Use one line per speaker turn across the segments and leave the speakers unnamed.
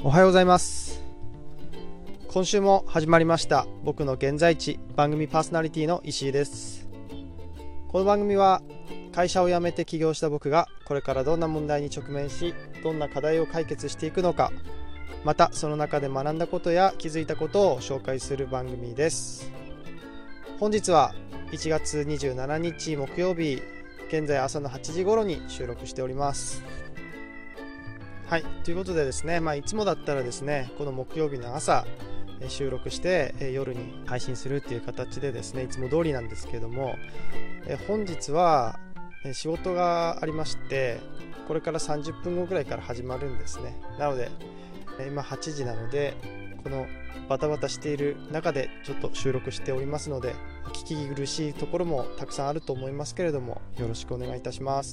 おはようございます。今週も始まりました僕の現在地番組パーソナリティの石井です。この番組は会社を辞めて起業した僕がこれからどんな問題に直面し、どんな課題を解決していくのか、またその中で学んだことや気づいたことを紹介する番組です。本日は1月27日木曜日、現在朝の8時頃に収録しております。はい、ということでですね、いつもだったらですね、この木曜日の朝収録して夜に配信するっていう形でですね、いつも通りなんですけども、本日は仕事がありまして、これから30分後ぐらいから始まるんですね。なので今8時なので、このバタバタしている中でちょっと収録しておりますので、聞き苦しいところもたくさんあると思いますけれども、よろしくお願いいたします。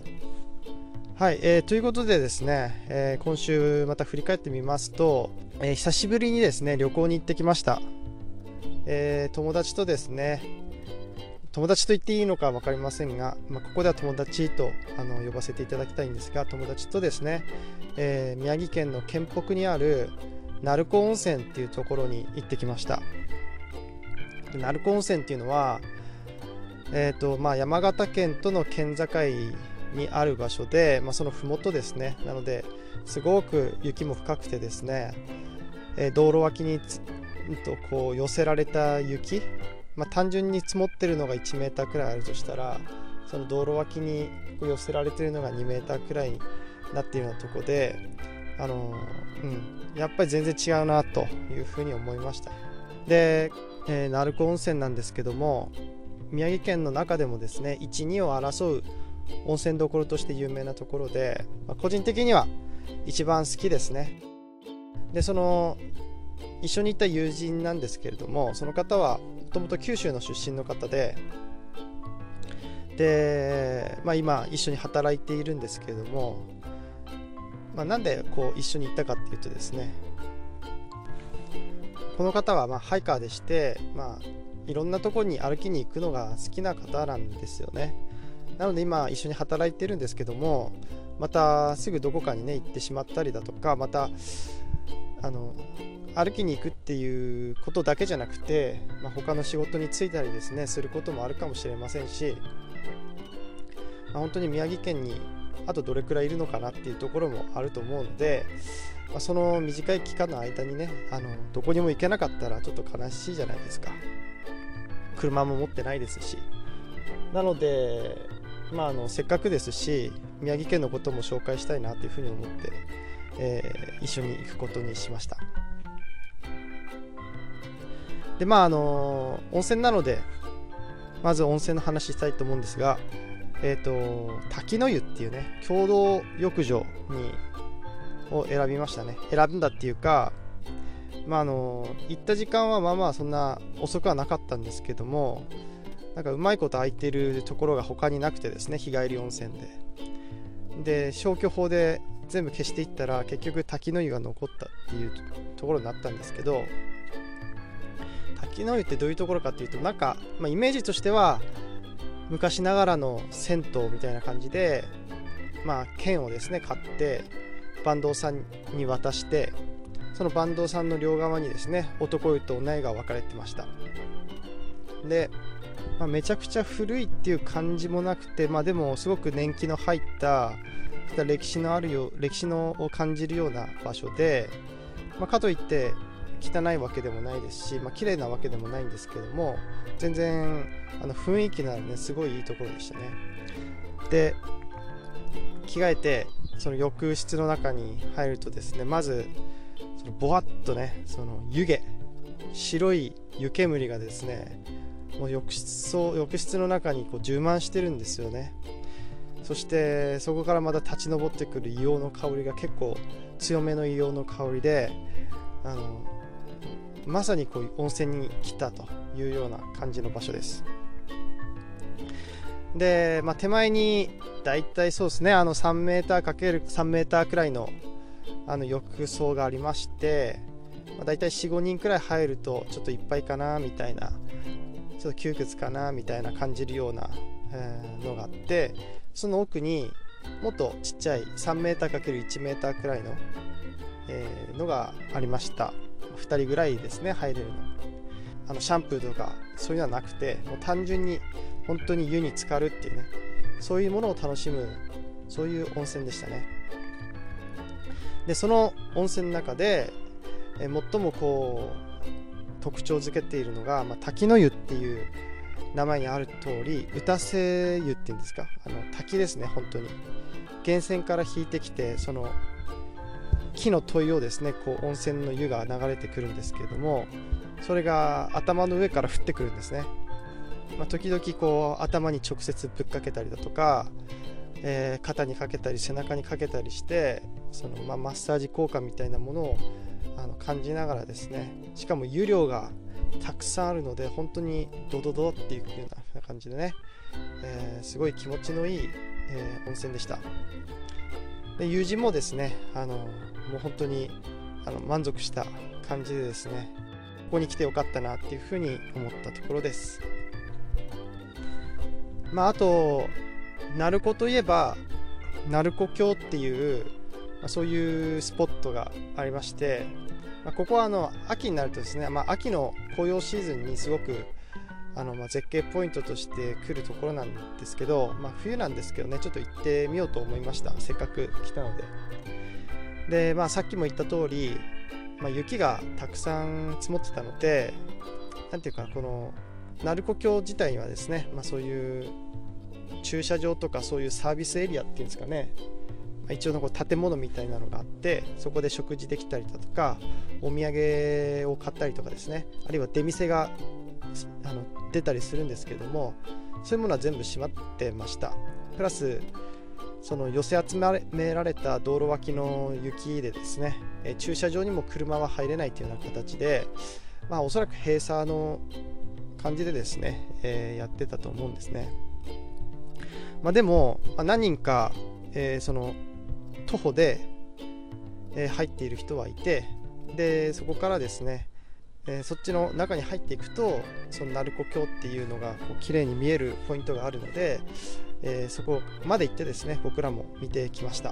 はい、ということでですね、今週また振り返ってみますと、久しぶりにですね旅行に行ってきました。友達とですね、友達と言っていいのか分かりませんが、ここでは友達と呼ばせていただきたいんですが、友達とですね、宮城県の県北にある鳴子温泉っていうところに行ってきました。鳴子温泉っていうのは、山形県との県境にある場所で、その麓ですね。なのですごく雪も深くてですね、道路脇にこう寄せられた雪、単純に積もってるのが1メーターくらいあるとしたら、その道路脇に寄せられてるのが2メーターくらいになっているようなところで、やっぱり全然違うなというふうに思いました。で、鳴子温泉なんですけども、宮城県の中でもですね 1,2 を争う温泉どころとして有名なところで、個人的には一番好きですね。で、その一緒に行った友人なんですけれども、その方はもともと九州の出身の方で、今一緒に働いているんですけれども、なんでこう一緒に行ったかっていうとですね、この方はハイカーでして、いろんなところに歩きに行くのが好きな方なんですよね。なので今一緒に働いてるんですけども、またすぐどこかにね行ってしまったりだとか、また歩きに行くっていうことだけじゃなくて、他の仕事に就いたりですねすることもあるかもしれませんし、本当に宮城県にあとどれくらいいるのかなっていうところもあると思うので、その短い期間の間にねどこにも行けなかったらちょっと悲しいじゃないですか。車も持ってないですし。なのでせっかくですし、宮城県のことも紹介したいなというふうに思って、一緒に行くことにしました。で、温泉なのでまず温泉の話したいと思うんですが、滝の湯っていうね共同浴場を選びましたね。選んだっていうか、行った時間はそんな遅くはなかったんですけども、うまいこと空いてるところが他になくてですね、日帰り温泉で消去法で全部消していったら結局滝の湯が残ったっていうところになったんですけど、滝の湯ってどういうところかっていうと、イメージとしては昔ながらの銭湯みたいな感じで、券をですね買って番頭さんに渡して、その番頭さんの両側にですね男湯と女湯が分かれてました。で、めちゃくちゃ古いっていう感じもなくて、でもすごく年季の入った歴史のを感じるような場所で、かといって汚いわけでもないですし、綺麗なわけでもないんですけども、全然雰囲気のあるねすごいいいところでしたね。で、着替えてその浴室の中に入るとですね、まずそのボワッとね、その白い湯煙がですね、もう浴室の中に充満してるんですよね。そしてそこからまた立ち上ってくる硫黄の香りが結構強めの硫黄の香りで、まさに温泉に来たというような感じの場所です。で、手前にだいたいそうですね、3メーター ×3 メーターくらいの浴槽がありまして、だいたい 4,5 人くらい入るとちょっといっぱいかなみたいな、ちょっと窮屈かなみたいな感じるような、のがあって、その奥にもっとちっちゃい3メーター ×1 メーターくらいの、 のがありました。2人ぐらいですね、入れるの。シャンプーとかそういうのはなくて、もう単純に本当に湯に浸かるっていうね、そういうものを楽しむ、そういう温泉でしたね。でその温泉の中で、最もこう特徴づけているのが、滝の湯っていう名前にある通り、打たせ湯っていうんですか、滝ですね。本当に源泉から引いてきて、その木の問いをですね、こう温泉の湯が流れてくるんですけれども、それが頭の上から降ってくるんですね。時々こう頭に直接ぶっかけたりだとか、肩にかけたり背中にかけたりして、そのマッサージ効果みたいなものを感じながらですね、しかも湯量がたくさんあるので、本当にドドドっていうような感じでね、すごい気持ちのいい、温泉でした。で友人もですね、もう本当に満足した感じでですね、ここに来てよかったなっていうふうに思ったところです。あと鳴子といえば鳴子峡っていう、そういうスポットがありまして、ここは秋になるとですね、秋の紅葉シーズンにすごく絶景ポイントとして来るところなんですけど、冬なんですけどね、ちょっと行ってみようと思いました。せっかく来たので。で、さっきも言った通り、雪がたくさん積もってたので、なんていうか、この鳴子峡自体にはですね、そういう駐車場とかそういうサービスエリアっていうんですかね、一応の建物みたいなのがあって、そこで食事できたりだとか、お土産を買ったりとかですね、あるいは出店が出たりするんですけども、そういうものは全部閉まってました。プラスその寄せ集められた道路脇の雪でですね、駐車場にも車は入れないというような形で、おそらく閉鎖の感じでですね、やってたと思うんですね。でも、何人か、その徒歩で、入っている人はいて、でそこからですね、そっちの中に入っていくと、その鳴子峡っていうのがこう綺麗に見えるポイントがあるので、そこまで行ってですね、僕らも見てきました。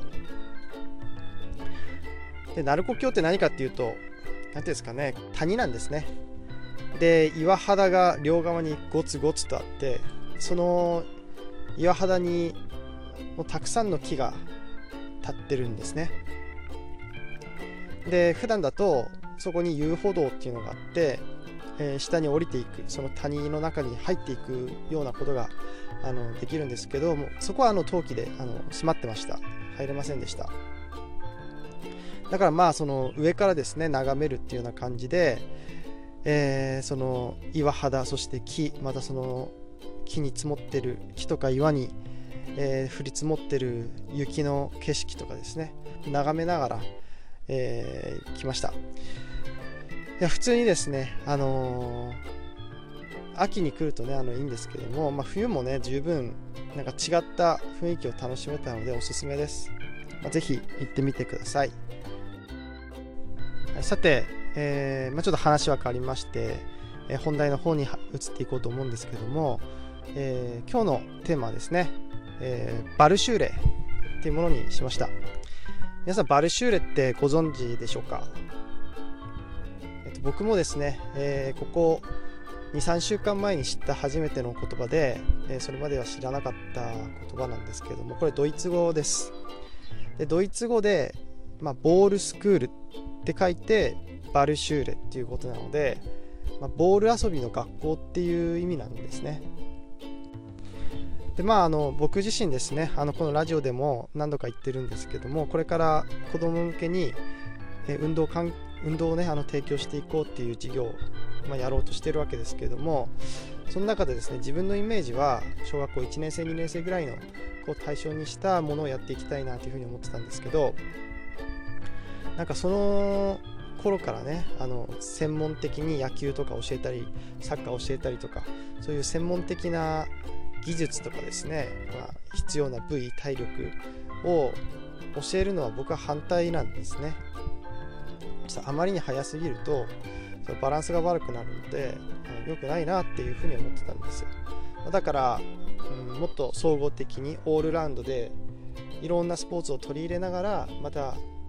で鳴子峡って何かっていうと、なんていうんですかね、谷なんですね。で岩肌が両側にゴツゴツとあって、その岩肌にもうたくさんの木が立ってるんですね。で普段だとそこに遊歩道っていうのがあって、下に降りていく、その谷の中に入っていくようなことができるんですけども、そこは冬季で閉まってました。入れませんでした。だからその上からですね眺めるっていうような感じで、その岩肌、そして木、またその木に積もってる木とか岩に、降り積もってる雪の景色とかですね、眺めながら、来ました。いや普通にですね、秋に来るとねいいんですけども、冬もね十分なんか違った雰囲気を楽しめたのでおすすめです。ぜひ行ってみてください。さて、ちょっと話は変わりまして、本題の方に移っていこうと思うんですけども、今日のテーマはですね、バルシューレっていうものにしました。皆さんバルシューレってご存知でしょうか？僕もですね、ここ 2,3 週間前に知った初めての言葉で、それまでは知らなかった言葉なんですけれども、これドイツ語です。でドイツ語で、ボールスクールって書いてバルシューレっていうことなので、ボール遊びの学校っていう意味なんですね。で僕自身ですね、このラジオでも何度か言ってるんですけども、これから子ども向けに運動をね提供していこうっていう事業を、やろうとしてるわけですけれども、その中でですね、自分のイメージは小学校1年生2年生ぐらいのこう対象にしたものをやっていきたいなというふうに思ってたんですけど、なんかその頃からね、専門的に野球とか教えたりサッカー教えたりとか、そういう専門的な技術とかですね、必要な部位体力を教えるのは僕は反対なんですね。あまりに早すぎるとバランスが悪くなるので良くないなっていうふうに思ってたんですよ。だから、もっと総合的にオールラウンドでいろんなスポーツを取り入れながら、また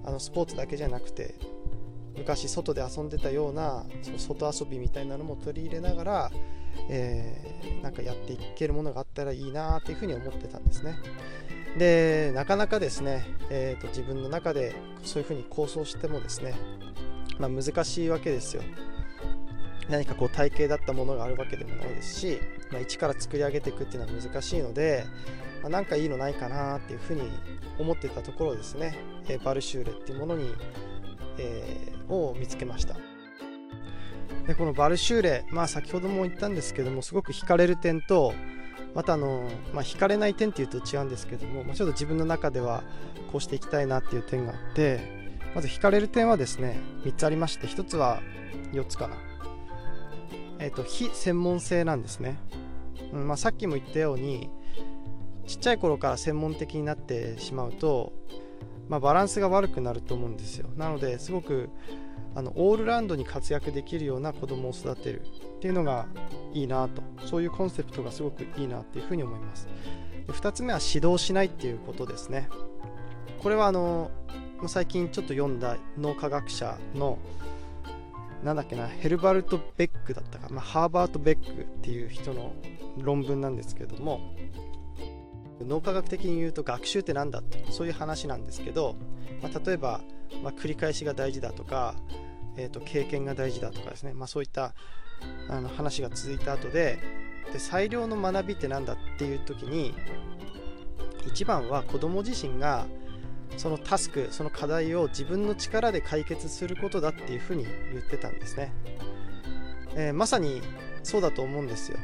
スポーツだけじゃなくて昔外で遊んでたようなその外遊びみたいなのも取り入れながら、なんかやっていけるものがあったらいいなっていうふうに思ってたんですね。でなかなかですね、自分の中でそういうふうに構想してもですね、難しいわけですよ。何かこう体系だったものがあるわけでもないですし、一から作り上げていくっていうのは難しいので、なんかいいのないかなっていうふうに思ってたところですね、バルシューレっていうものに、を見つけました。でこのバルシューレ、先ほども言ったんですけども、すごく惹かれる点と、また惹かれない点っていうと違うんですけども、ちょっと自分の中ではこうしていきたいなっていう点があって、まず惹かれる点はですね3つありまして、1つは4つかな、非専門性なんですね。さっきも言ったようにちっちゃい頃から専門的になってしまうと、バランスが悪くなると思うんですよ。なのですごくオールラウンドに活躍できるような子供を育てるっていうのがいいなと、そういうコンセプトがすごくいいなっていうふうに思います。で2つ目は指導しないっていうことですね。これは最近ちょっと読んだ脳科学者のヘルバルト・ベックだったか、ハーバート・ベックっていう人の論文なんですけども、脳科学的に言うと学習ってなんだと、そういう話なんですけど、例えば、繰り返しが大事だとか、経験が大事だとかですね、そういった話が続いた後で最良の学びってなんだっていう時に、一番は子ども自身がそのタスク、その課題を自分の力で解決することだっていうふうに言ってたんですね。まさにそうだと思うんですよ。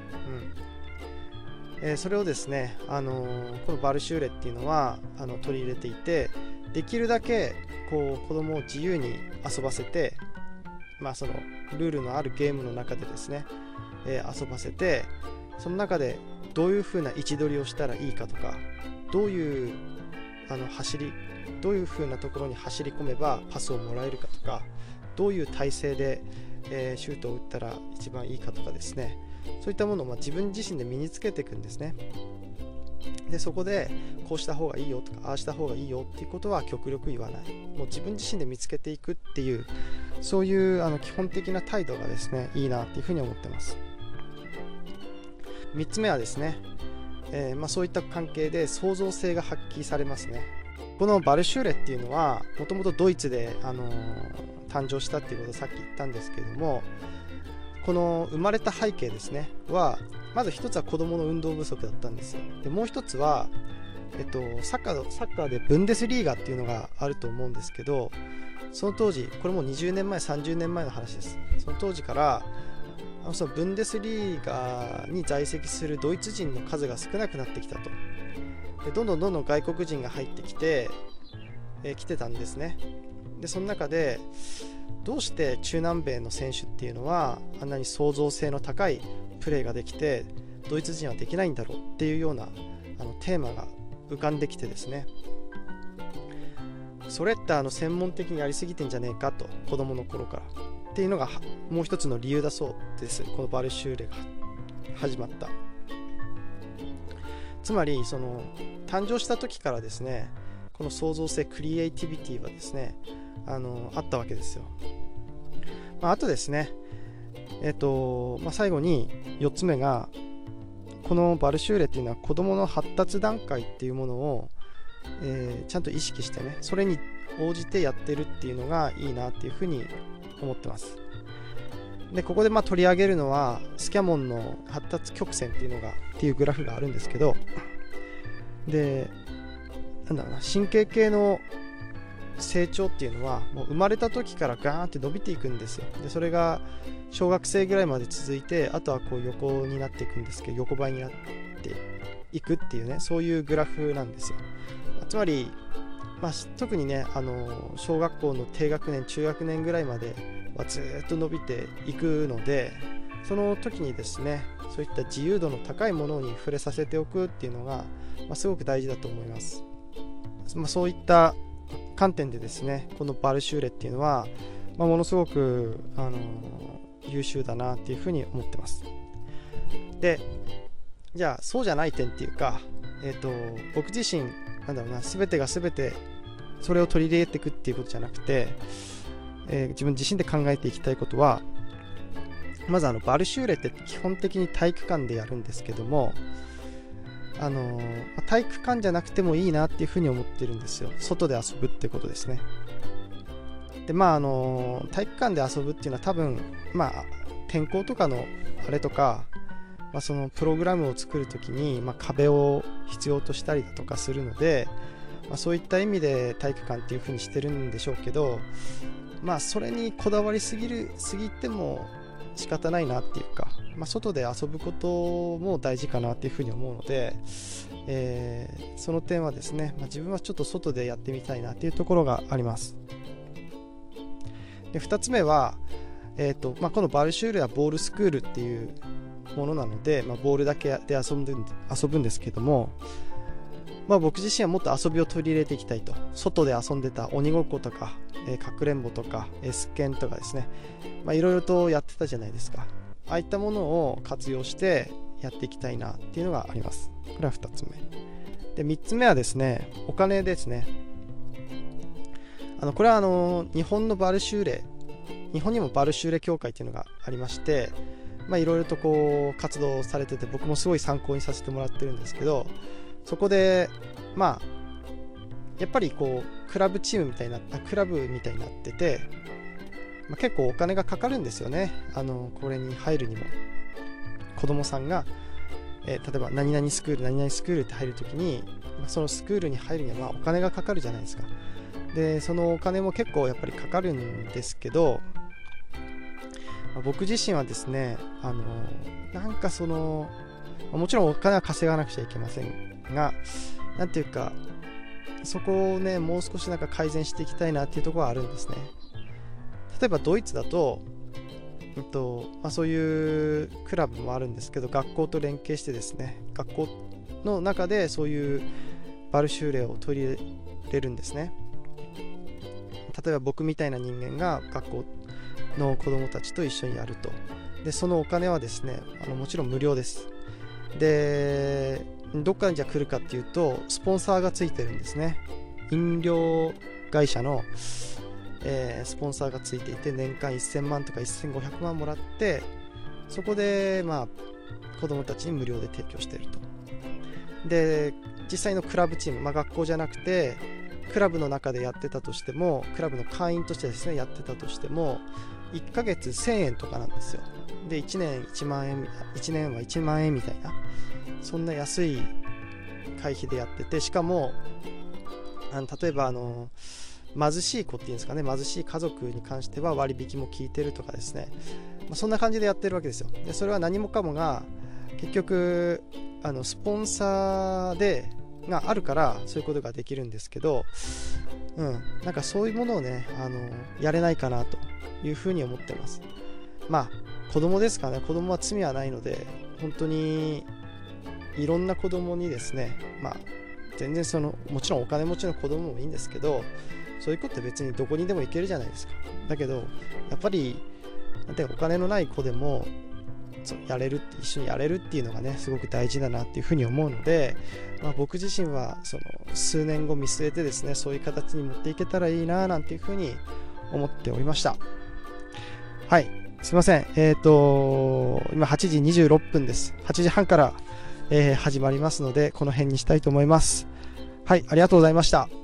それをですね、このバルシューレっていうのは取り入れていて、できるだけこう子供を自由に遊ばせて、そのルールのあるゲームの中でですね、遊ばせて、その中でどういうふうな位置取りをしたらいいかとか、どういうどういうふうなところに走り込めばパスをもらえるかとか、どういう体勢で、シュートを打ったら一番いいかとかですね、そういったものを自分自身で身につけていくんですね。でそこでこうした方がいいよとか、ああした方がいいよっていうことは極力言わない、もう自分自身で見つけていくっていう、そういう基本的な態度がですねいいなっていうふうに思ってます。3つ目はですね、そういった関係で創造性が発揮されますね。このバルシューレっていうのはもともとドイツで、誕生したっていうことをさっき言ったんですけども、この生まれた背景ですねは、まず一つは子どもの運動不足だったんですよ。でもう一つは、サッカーでブンデスリーガっていうのがあると思うんですけど、その当時、これも20年前30年前の話です。その当時からそのブンデスリーガに在籍するドイツ人の数が少なくなってきたと。でどんどん外国人が入ってきて、来てたんですね。でその中でどうして中南米の選手っていうのはあんなに創造性の高いプレーができてドイツ人はできないんだろうっていうようなテーマが浮かんできてですね、それって専門的にやりすぎてんじゃねえかと、子供の頃からっていうのがもう一つの理由だそうです。このバルシューレが始まった。つまりその誕生した時からですね、この創造性、クリエイティビティはですねあったわけですよ。あとですね、最後に4つ目が、このバルシューレっていうのは子どもの発達段階っていうものを、ちゃんと意識してね、それに応じてやってるっていうのがいいなっていうふうに思ってます。でここで取り上げるのはスキャモンの発達曲線っていうグラフがあるんですけど、で神経系の成長っていうのはもう生まれた時からガーンって伸びていくんですよ。でそれが小学生ぐらいまで続いて、あとはこう横になっていくんですけど、横ばいになっていくっていうね、そういうグラフなんですよ。つまり、特にね小学校の低学年中学年ぐらいまではずっと伸びていくので、その時にですねそういった自由度の高いものに触れさせておくっていうのが、すごく大事だと思います。そういった観点でですね、このバルシューレっていうのは、ものすごく優秀だなっていうふうに思ってます。でじゃあそうじゃない点っていうか、僕自身全てが全てそれを取り入れていくっていうことじゃなくて、自分自身で考えていきたいことは、まずバルシューレって基本的に体育館でやるんですけども、体育館じゃなくてもいいなっていうふうに思ってるんですよ。外で遊ぶってことですね。で体育館で遊ぶっていうのは多分天候とかのあれとか、そのプログラムを作るときに、壁を必要としたりだとかするので、そういった意味で体育館っていうふうにしてるんでしょうけど、それにこだわりすぎても仕方ないなっていうか、外で遊ぶことも大事かなっていうふうに思うので、その点はですね、自分はちょっと外でやってみたいなっていうところがあります。で2つ目は、このバルシュールはボールスクールっていうものなので、ボールだけで遊ぶんですけども、僕自身はもっと遊びを取り入れていきたいと。外で遊んでた鬼ごっことか、かくれんぼとか S 剣とかですね、いろいろとやってたじゃないですか。ああいったものを活用してやっていきたいなっていうのがあります。これは2つ目で、3つ目はですね、お金ですね。これは日本のバルシューレ、日本にもバルシューレ協会っていうのがありまして、いろいろとこう活動されてて、僕もすごい参考にさせてもらってるんですけど、そこでやっぱりこうクラブみたいになってて、結構お金がかかるんですよね。これに入るにも子供さんが、例えば何々スクールって入るときに、そのスクールに入るにはお金がかかるじゃないですか。でそのお金も結構やっぱりかかるんですけど、僕自身はですね、もちろんお金は稼がなくちゃいけませんが、なんていうかそこをね、もう少し改善していきたいなっていうところはあるんですね。例えばドイツだと、そういうクラブもあるんですけど、学校と連携してですね、学校の中でそういうバルシューレを取り入れるんですね。例えば僕みたいな人間が学校の子どもたちと一緒にやると。でそのお金はですね、もちろん無料です。でどっからじゃ来るかっていうと、スポンサーがついてるんですね。飲料会社の、スポンサーがついていて、年間1000万とか1500万もらって、そこで子どもたちに無料で提供していると。で実際のクラブチーム、学校じゃなくてクラブの中でやってたとしても、クラブの会員としてですねやってたとしても、1ヶ月1000円とかなんですよ。で1年1万円、1年は1万円みたいな、そんな安い会費でやってて、しかも例えば貧しい子っていうんですかね、貧しい家族に関しては割引も効いてるとかですね、そんな感じでやってるわけですよ。でそれは何もかもが結局スポンサーがあるからそういうことができるんですけど、そういうものをねやれないかなというふうに思ってます。子供ですからね、子供は罪はないので、本当にいろんな子供にですね、全然もちろんお金持ちの子供もいいんですけど、そういう子って別にどこにでも行けるじゃないですか。だけどやっぱりお金のない子でも一緒にやれるっていうのがね、すごく大事だなっていうふうに思うので、僕自身は数年後見据えてですね、そういう形に持っていけたらいいななんていうふうに思っておりました。はい、すいません。今8時26分です。8時半から、始まりますので、この辺にしたいと思います。はい、ありがとうございました。